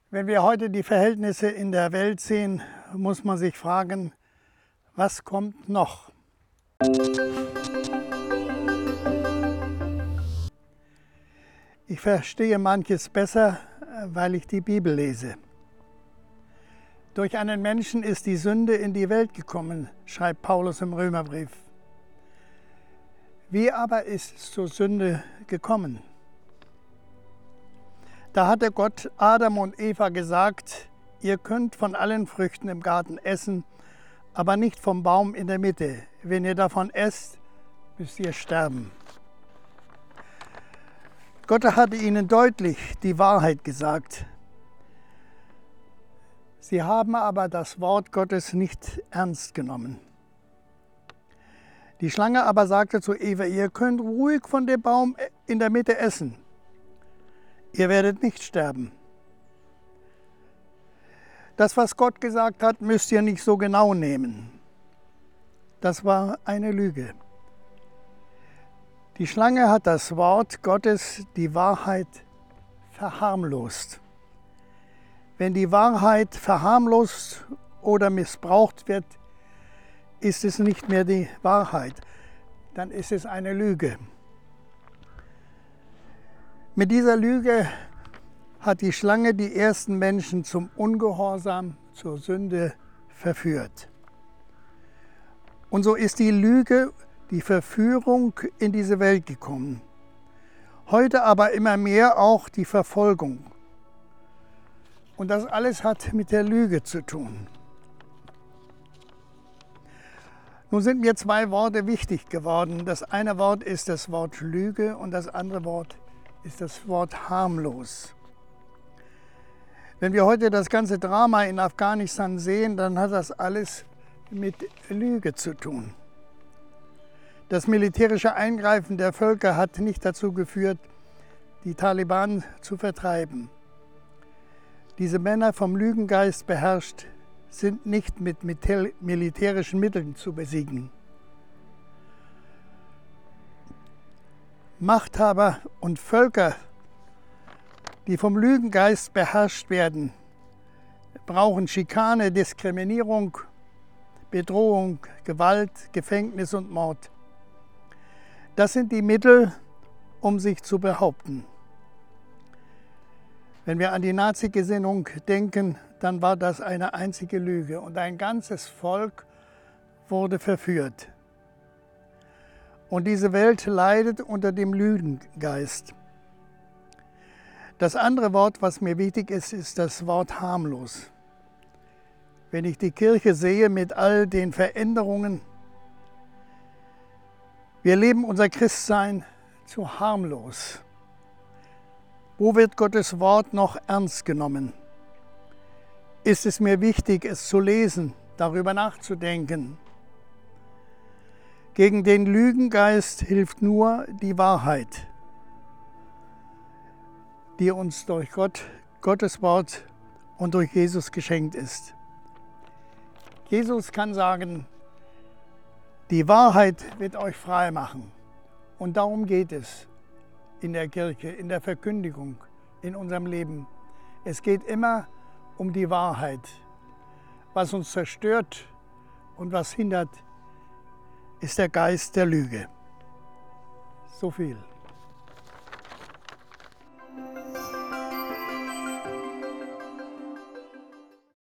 Wenn wir heute die Verhältnisse in der Welt sehen, muss man sich fragen, was kommt noch? Ich verstehe manches besser, weil ich die Bibel lese. Durch einen Menschen ist die Sünde in die Welt gekommen, schreibt Paulus im Römerbrief. Wie aber ist es zur Sünde gekommen? Da hatte Gott Adam und Eva gesagt, ihr könnt von allen Früchten im Garten essen, aber nicht vom Baum in der Mitte. Wenn ihr davon esst, müsst ihr sterben. Gott hatte ihnen deutlich die Wahrheit gesagt. Sie haben aber das Wort Gottes nicht ernst genommen. Die Schlange aber sagte zu Eva, ihr könnt ruhig von dem Baum in der Mitte essen. Ihr werdet nicht sterben. Das, was Gott gesagt hat, müsst ihr nicht so genau nehmen. Das war eine Lüge. Die Schlange hat das Wort Gottes, die Wahrheit, verharmlost. Wenn die Wahrheit verharmlost oder missbraucht wird, ist es nicht mehr die Wahrheit, dann ist es eine Lüge. Mit dieser Lüge hat die Schlange die ersten Menschen zum Ungehorsam, zur Sünde verführt. Und so ist die Lüge, die Verführung in diese Welt gekommen. Heute aber immer mehr auch die Verfolgung. Und das alles hat mit der Lüge zu tun. Nun sind mir zwei Worte wichtig geworden. Das eine Wort ist das Wort Lüge und das andere Wort ist das Wort harmlos. Wenn wir heute das ganze Drama in Afghanistan sehen, dann hat das alles mit Lüge zu tun. Das militärische Eingreifen der Völker hat nicht dazu geführt, die Taliban zu vertreiben. Diese Männer vom Lügengeist beherrscht sind nicht mit militärischen Mitteln zu besiegen. Machthaber und Völker, die vom Lügengeist beherrscht werden, brauchen Schikane, Diskriminierung, Bedrohung, Gewalt, Gefängnis und Mord. Das sind die Mittel, um sich zu behaupten. Wenn wir an die Nazi-Gesinnung denken, dann war das eine einzige Lüge und ein ganzes Volk wurde verführt. Und diese Welt leidet unter dem Lügengeist. Das andere Wort, was mir wichtig ist, ist das Wort harmlos. Wenn ich die Kirche sehe mit all den Veränderungen, wir leben unser Christsein zu harmlos. Wo wird Gottes Wort noch ernst genommen? Ist es mir wichtig, es zu lesen, darüber nachzudenken? Gegen den Lügengeist hilft nur die Wahrheit, die uns durch Gottes Wort und durch Jesus geschenkt ist. Jesus kann sagen, die Wahrheit wird euch frei machen. Und darum geht es in der Kirche, in der Verkündigung, in unserem Leben. Es geht immer um die Wahrheit. Was uns zerstört und was hindert, ist der Geist der Lüge. So viel.